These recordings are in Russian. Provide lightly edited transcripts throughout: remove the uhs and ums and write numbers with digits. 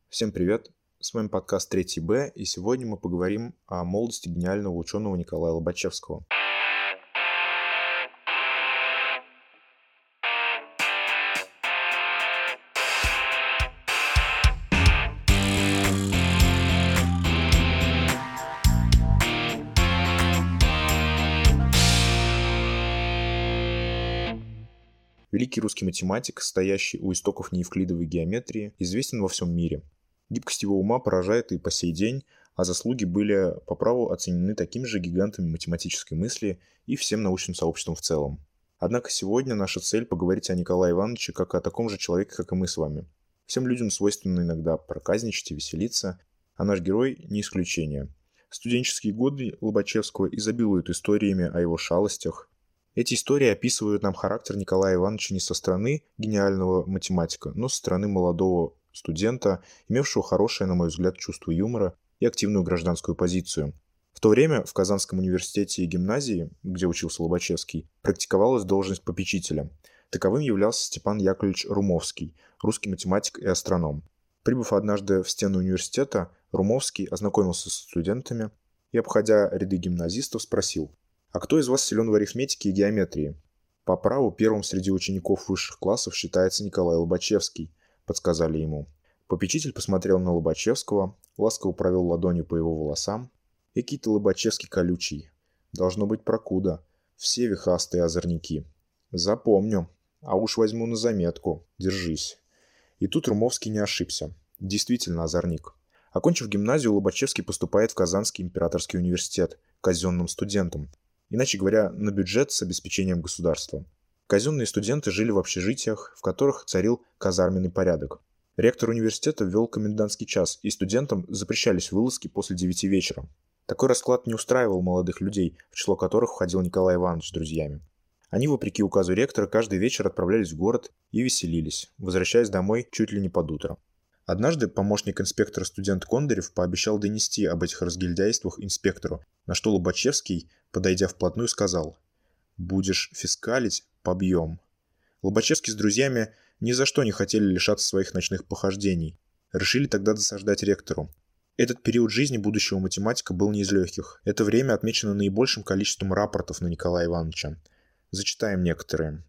Всем привет! С вами подкаст «Третий Б», и сегодня мы поговорим о молодости гениального ученого Николая Лобачевского. Великий русский математик, стоящий у истоков неевклидовой геометрии, известен во всем мире. Гибкость его ума поражает и по сей день, а заслуги были по праву оценены такими же гигантами математической мысли и всем научным сообществом в целом. Однако сегодня наша цель поговорить о Николае Ивановиче как о таком же человеке, как и мы с вами. Всем людям свойственно иногда проказничать и веселиться, а наш герой не исключение. Студенческие годы Лобачевского изобилуют историями о его шалостях. Эти истории описывают нам характер Николая Ивановича не со стороны гениального математика, но со стороны молодого студента, имевшего хорошее, на мой взгляд, чувство юмора и активную гражданскую позицию. В то время в Казанском университете и гимназии, где учился Лобачевский, практиковалась должность попечителя. Таковым являлся Степан Яковлевич Румовский, русский математик и астроном. Прибыв однажды в стены университета, Румовский ознакомился с студентами и, обходя ряды гимназистов, спросил: «А кто из вас силен в арифметике и геометрии?» «По праву первым среди учеников высших классов считается Николай Лобачевский», — подсказали ему. Попечитель посмотрел на Лобачевского, ласково провел ладонью по его волосам. «Экий ты, Лобачевский, колючий. Должно быть прокуда. Все вихастые озорники. Запомню. А уж возьму на заметку. Держись». И тут Румовский не ошибся. Действительно озорник. Окончив гимназию, Лобачевский поступает в Казанский императорский университет казенным студентом. Иначе говоря, на бюджет с обеспечением государства. Казенные студенты жили в общежитиях, в которых царил казарменный порядок. Ректор университета ввел комендантский час, и студентам запрещались вылазки после 9 вечера. Такой расклад не устраивал молодых людей, в число которых входил Николай Иванович с друзьями. Они, вопреки указу ректора, каждый вечер отправлялись в город и веселились, возвращаясь домой чуть ли не под утро. Однажды помощник инспектора студент Кондарев пообещал донести об этих разгильдяйствах инспектору, на что Лобачевский, подойдя вплотную, сказал: «Будешь фискалить – побьем». Лобачевский с друзьями ни за что не хотели лишаться своих ночных похождений. Решили тогда досаждать ректору. Этот период жизни будущего математика был не из легких. Это время отмечено наибольшим количеством рапортов на Николая Ивановича. Зачитаем некоторые.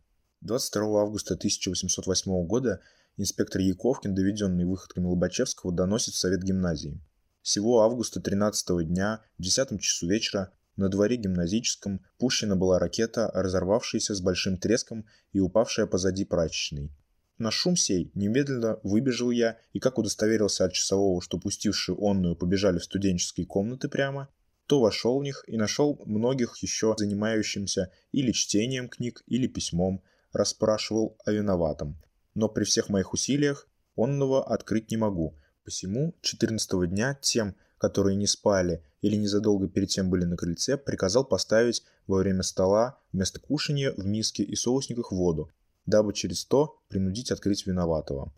22 августа 1808 года инспектор Яковкин, доведенный выходками Лобачевского, доносит в совет гимназии. Сего августа 13 дня в 10 часу вечера на дворе гимназическом пущена была ракета, разорвавшаяся с большим треском и упавшая позади прачечной. На шум сей немедленно выбежал я, и как удостоверился от часового, что пустившие онную побежали в студенческие комнаты прямо, то вошел в них и нашел многих еще занимающимся или чтением книг, или письмом, расспрашивал о виноватом. Но при всех моих усилиях онного открыть не могу. Посему 14 дня тем, которые не спали или незадолго перед тем были на крыльце, приказал поставить во время стола вместо кушанья в миске и соусниках воду, дабы через то принудить открыть виноватого.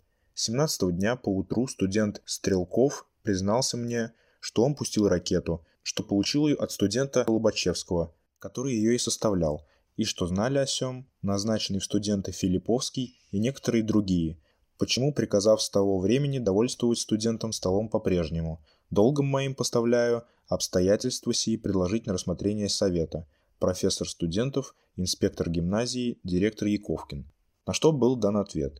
17 дня поутру студент Стрелков признался мне, что он пустил ракету, что получил ее от студента Лобачевского, который ее и составлял, и что знали о сём назначенный в студенты Филипповский и некоторые другие, почему, приказав с того времени довольствовать студентам столом по-прежнему, долгом моим поставляю обстоятельства сии предложить на рассмотрение совета, профессор студентов, инспектор гимназии, директор Яковкин. На что был дан ответ.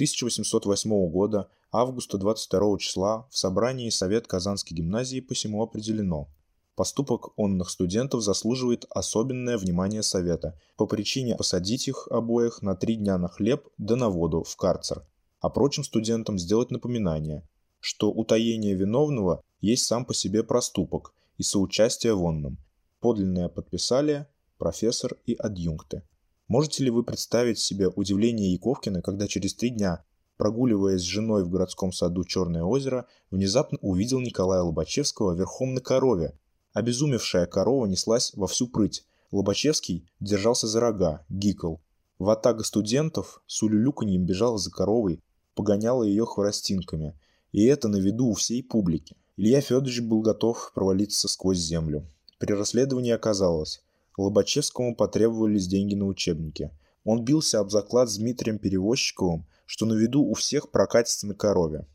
1808 года, августа 22 числа, в собрании совет Казанской гимназии посему определено: поступок онных студентов заслуживает особенное внимание совета по причине посадить их обоих на 3 дня на хлеб да на воду в карцер, а прочим студентам сделать напоминание, что утаение виновного есть сам по себе проступок и соучастие в онном. Подлинное подписали профессор и адъюнкты. Можете ли вы представить себе удивление Яковкина, когда через 3 дня, прогуливаясь с женой в городском саду Черное озеро, внезапно увидел Николая Лобачевского верхом на корове? Обезумевшая корова неслась во всю прыть. Лобачевский держался за рога, гикал. Ватага студентов с улюлюканьем бежала за коровой, погоняла ее хворостинками. И это на виду у всей публики. Илья Федорович был готов провалиться сквозь землю. При расследовании оказалось, Лобачевскому потребовались деньги на учебники. Он бился об заклад с Дмитрием Перевозчиковым, что на виду у всех прокатится на корове.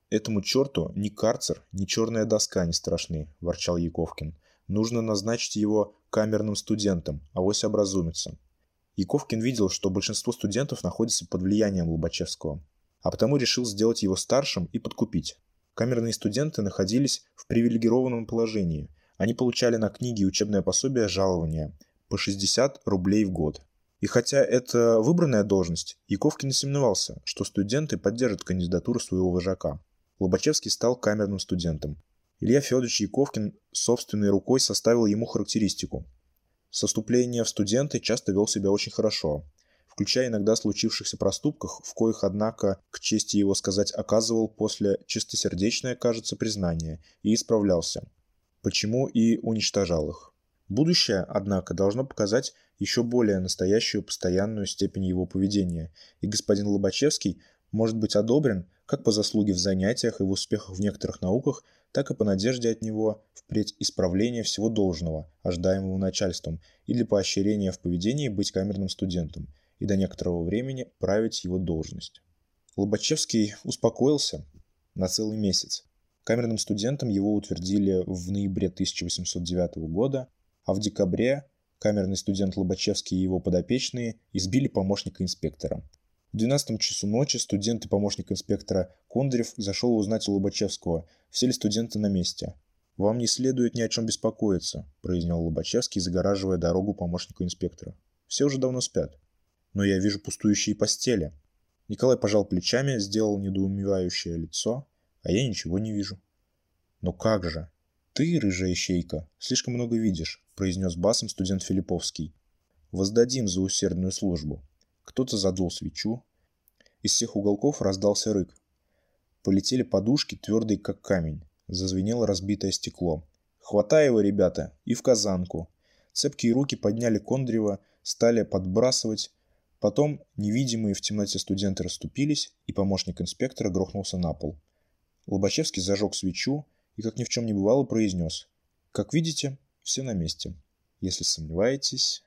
«Этому черту ни карцер, ни черная доска не страшны», – ворчал Яковкин. «Нужно назначить его камерным студентом, авось образумится». Яковкин видел, что большинство студентов находится под влиянием Лобачевского, а потому решил сделать его старшим и подкупить. Камерные студенты находились в привилегированном положении. Они получали на книги и учебное пособие жалования по 60 рублей в год. И хотя это выбранная должность, Яковкин не сомневался, что студенты поддержат кандидатуру своего вожака. Лобачевский стал камерным студентом. Илья Федорович Яковкин собственной рукой составил ему характеристику. Со вступления в студенты часто вел себя очень хорошо, включая иногда случившихся проступках, в коих, однако, к чести его сказать, оказывал после чистосердечное, кажется, признание и исправлялся, почему и уничтожал их. Будущее, однако, должно показать еще более настоящую постоянную степень его поведения, и господин Лобачевский может быть одобрен как по заслуге в занятиях и в успехах в некоторых науках, так и по надежде от него впредь исправления всего должного, ожидаемого начальством, и для поощрения в поведении быть камерным студентом, и до некоторого времени править его должность. Лобачевский успокоился на целый месяц. Камерным студентом его утвердили в ноябре 1809 года, а в декабре камерный студент Лобачевский и его подопечные избили помощника инспектора. В 12 часу ночи студент и помощник инспектора Кондрев зашел узнать у Лобачевского, все ли студенты на месте. «Вам не следует ни о чем беспокоиться», – произнес Лобачевский, загораживая дорогу помощнику инспектора. «Все уже давно спят. Но я вижу пустующие постели». Николай пожал плечами, сделал недоумевающее лицо, а я ничего не вижу. «Но как же? Ты, рыжая ищейка, слишком много видишь», – произнес басом студент Филипповский. «Воздадим за усердную службу». Кто-то задул свечу. Из всех уголков раздался рык. Полетели подушки, твердые как камень. Зазвенело разбитое стекло. «Хватай его, ребята, и в казанку». Цепкие руки подняли Кондрева, стали подбрасывать. Потом невидимые в темноте студенты расступились, и помощник инспектора грохнулся на пол. Лобачевский зажег свечу и, как ни в чем не бывало, произнес: «Как видите, все на месте. Если сомневаетесь...»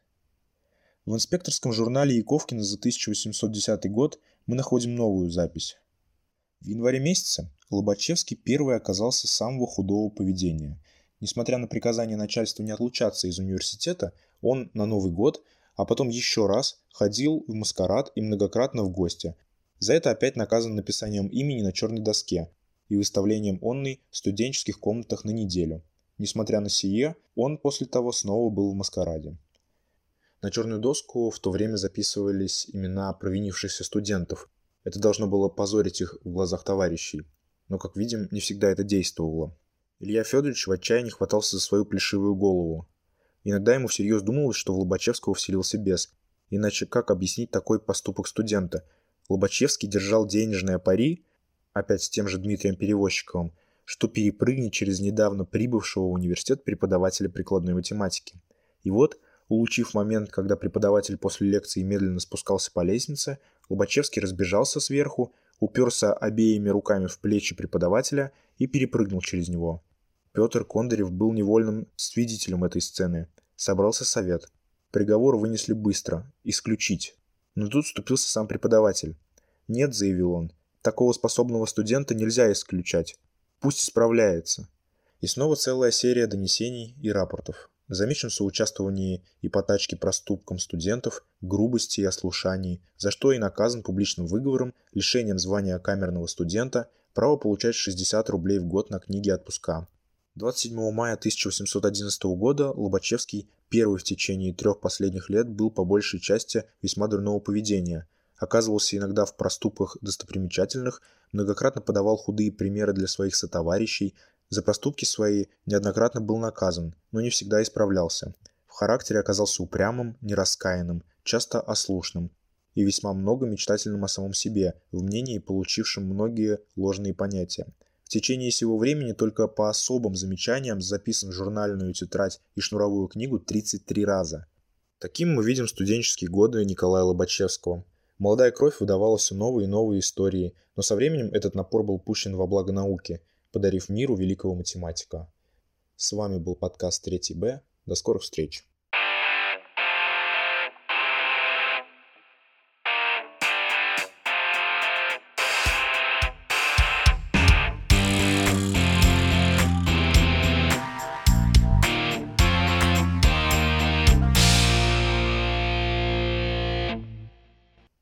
В инспекторском журнале Яковкина за 1810 год мы находим новую запись. В январе месяце Лобачевский первый оказался самого худого поведения. Несмотря на приказание начальства не отлучаться из университета, он на Новый год, а потом еще раз, ходил в маскарад и многократно в гости. За это опять наказан написанием имени на черной доске и выставлением онной в студенческих комнатах на неделю. Несмотря на сие, он после того снова был в маскараде. На черную доску в то время записывались имена провинившихся студентов. Это должно было позорить их в глазах товарищей. Но, как видим, не всегда это действовало. Илья Федорович в отчаянии хватался за свою плешивую голову. Иногда ему всерьез думалось, что в Лобачевского вселился бес. Иначе как объяснить такой поступок студента? Лобачевский держал денежное пари, опять с тем же Дмитрием Перевозчиковым, что перепрыгнет через недавно прибывшего в университет преподавателя прикладной математики. И вот, улучив момент, когда преподаватель после лекции медленно спускался по лестнице, Лобачевский разбежался сверху, уперся обеими руками в плечи преподавателя и перепрыгнул через него. Петр Кондарев был невольным свидетелем этой сцены. Собрался совет. Приговор вынесли быстро – исключить. Но тут вступился сам преподаватель. «Нет», – заявил он, – «такого способного студента нельзя исключать. Пусть исправляется». И снова целая серия донесений и рапортов. Замечен в соучаствовании и потачке проступкам студентов, грубости и ослушании, за что и наказан публичным выговором, лишением звания камерного студента, право получать 60 рублей в год на книги отпуска. 27 мая 1811 года Лобачевский, первый в течение 3 последних лет, был по большей части весьма дурного поведения, оказывался иногда в проступках достопримечательных, многократно подавал худые примеры для своих сотоварищей, за проступки свои неоднократно был наказан, но не всегда исправлялся. В характере оказался упрямым, нераскаянным, часто ослушным и весьма много мечтательным о самом себе, в мнении получившим многие ложные понятия. В течение всего времени только по особым замечаниям записан в журнальную тетрадь и шнуровую книгу 33 раза. Таким мы видим студенческие годы Николая Лобачевского. Молодая кровь выдавала все новые и новые истории, но со временем этот напор был пущен во благо науки, подарив миру великого математика. С вами был подкаст 3Б. До скорых встреч!